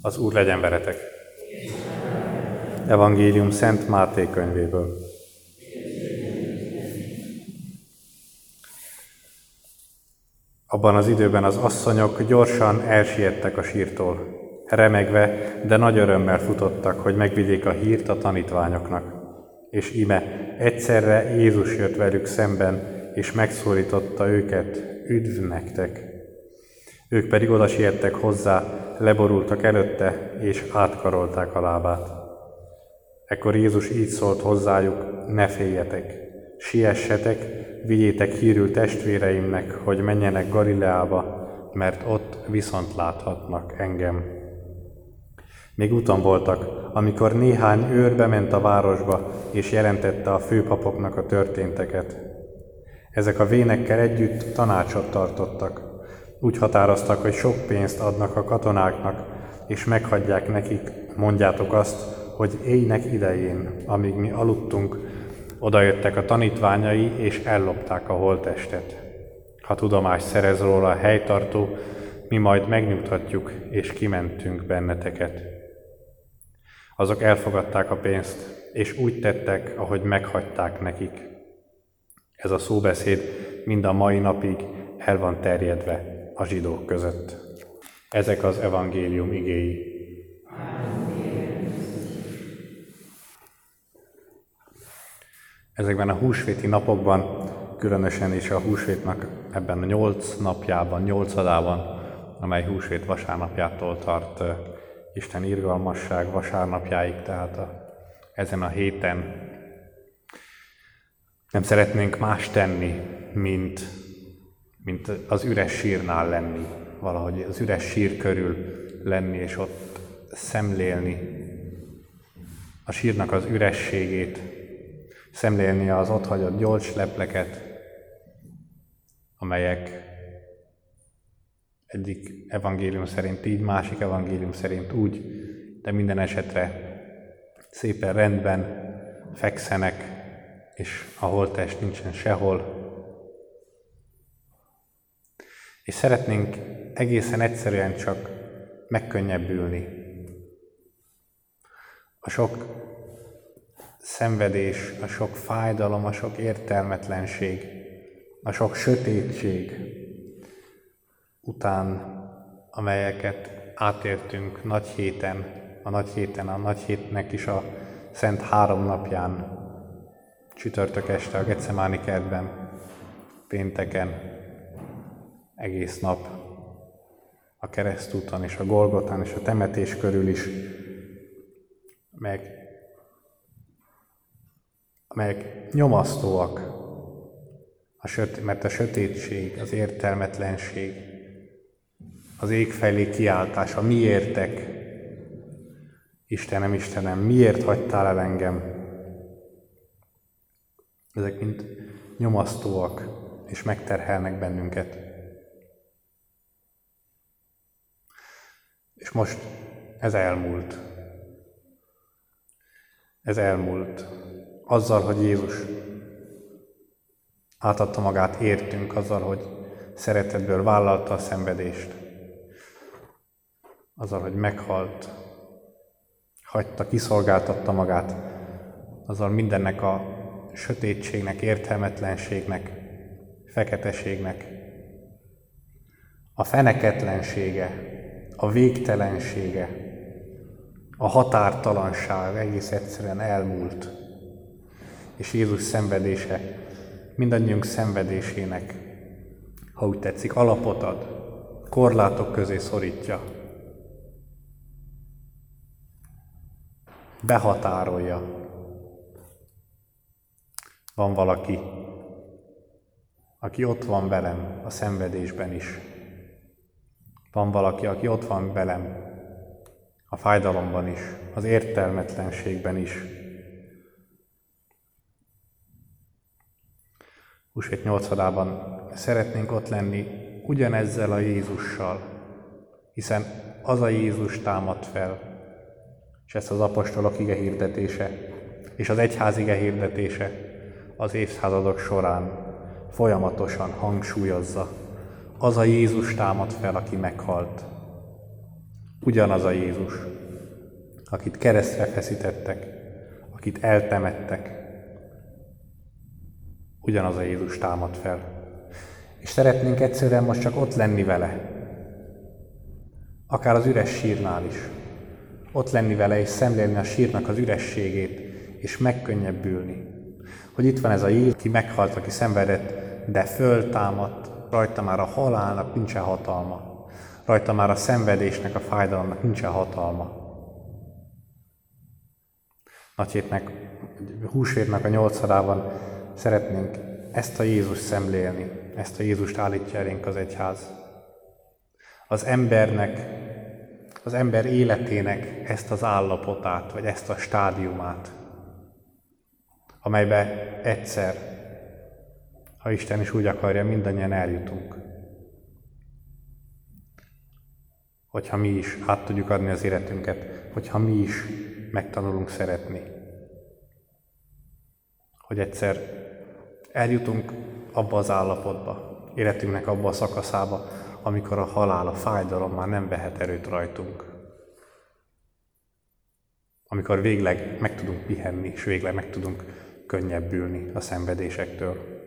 Az Úr legyen veletek! Evangélium Szent Máté könyvéből. Abban az időben az asszonyok gyorsan elsiettek a sírtól, remegve, de nagy örömmel futottak, hogy megvigyék a hírt a tanítványoknak. És íme, egyszerre Jézus jött velük szemben, és megszólította őket: üdv nektek! Ők pedig oda siettek hozzá, leborultak előtte, és átkarolták a lábát. Ekkor Jézus így szólt hozzájuk: ne féljetek, siessetek, vigyétek hírül testvéreimnek, hogy menjenek Galileába, mert ott viszont láthatnak engem. Még úton voltak, amikor néhány őr bement a városba, és jelentette a főpapoknak a történteket. Ezek a vénekkel együtt tanácsot tartottak. Úgy határoztak, hogy sok pénzt adnak a katonáknak, és meghagyják nekik: mondjátok azt, hogy éjnek idején, amíg mi aludtunk, odajöttek a tanítványai, és ellopták a holttestet. Ha tudomást szerez róla a helytartó, mi majd megnyugtatjuk, és kimentünk benneteket. Azok elfogadták a pénzt, és úgy tettek, ahogy meghagyták nekik. Ez a szóbeszéd mind a mai napig el van terjedve a zsidók között. Ezek az evangélium igéi. Ezekben a húsvéti napokban, különösen is a húsvétnak ebben a 8 napjában, 8-adában, amely húsvét vasárnapjától tart Isten irgalmasság vasárnapjáig, tehát ezen a héten nem szeretnénk más tenni, mint az üres sírnál lenni, valahogy az üres sír körül lenni, és ott szemlélni a sírnak az ürességét, szemlélni az ott hagyott gyolcslepleket, amelyek egyik evangélium szerint így, másik evangélium szerint úgy, de minden esetre szépen rendben fekszenek, és a holttest nincsen sehol. És szeretnénk egészen egyszerűen csak megkönnyebbülni. A sok szenvedés, a sok fájdalom, a sok értelmetlenség, a sok sötétség után, amelyeket átéltünk nagy hétnek is a Szent 3 napján, csütörtök este a Getsemáni kertben, pénteken, egész nap a keresztúton és a Golgotán és a temetés körül is, amelyek nyomasztóak, mert a sötétség, az értelmetlenség, az ég felé kiáltás, a miértek, Istenem, Istenem, miért hagytál el engem? Ezek mind nyomasztóak és megterhelnek bennünket. És most ez elmúlt. Ez elmúlt. Azzal, hogy Jézus átadta magát értünk, azzal, hogy szeretetből vállalta a szenvedést, azzal, hogy meghalt, hagyta, kiszolgáltatta magát, azzal mindennek a sötétségnek, értelmetlenségnek, feketeségnek, a feneketlensége, a végtelensége, a határtalanság egész egyszerűen elmúlt. És Jézus szenvedése mindannyiunk szenvedésének, ha úgy tetszik, alapot ad, korlátok közé szorítja, behatárolja. Van valaki, aki ott van velem a szenvedésben is. Van valaki, aki ott van velem a fájdalomban is, az értelmetlenségben is. Húsvét 8-adában szeretnénk ott lenni ugyanezzel a Jézussal, hiszen az a Jézus támad fel, és ezt az apostolok igehirdetése, és az egyház igehirdetése az évszázadok során folyamatosan hangsúlyozza. Az a Jézus támad fel, aki meghalt. Ugyanaz a Jézus, akit keresztre feszítettek, akit eltemettek, ugyanaz a Jézus támad fel. És szeretnénk egyszerűen most csak ott lenni vele, akár az üres sírnál is. Ott lenni vele és szemlélni a sírnak az ürességét, és megkönnyebbülni. Hogy itt van ez a Jézus, aki meghalt, aki szenvedett, de föltámadt, rajta már a halálnak nincsen hatalma. Rajta már a szenvedésnek, a fájdalomnak nincsen hatalma. Nagyhétnek, húsvétnek a 8-án szeretnénk ezt a Jézust szemlélni, ezt a Jézust állítja elénk az egyház. Az ember életének ezt az állapotát, vagy ezt a stádiumát, amelybe egyszer, ha Isten is úgy akarja, mindannyian eljutunk. Hogyha mi is át tudjuk adni az életünket, hogyha mi is megtanulunk szeretni. Hogy egyszer eljutunk abba az állapotba, életünknek abba a szakaszába, amikor a halál, a fájdalom már nem vehet erőt rajtunk. Amikor végleg meg tudunk pihenni, és végleg meg tudunk könnyebbülni a szenvedésektől.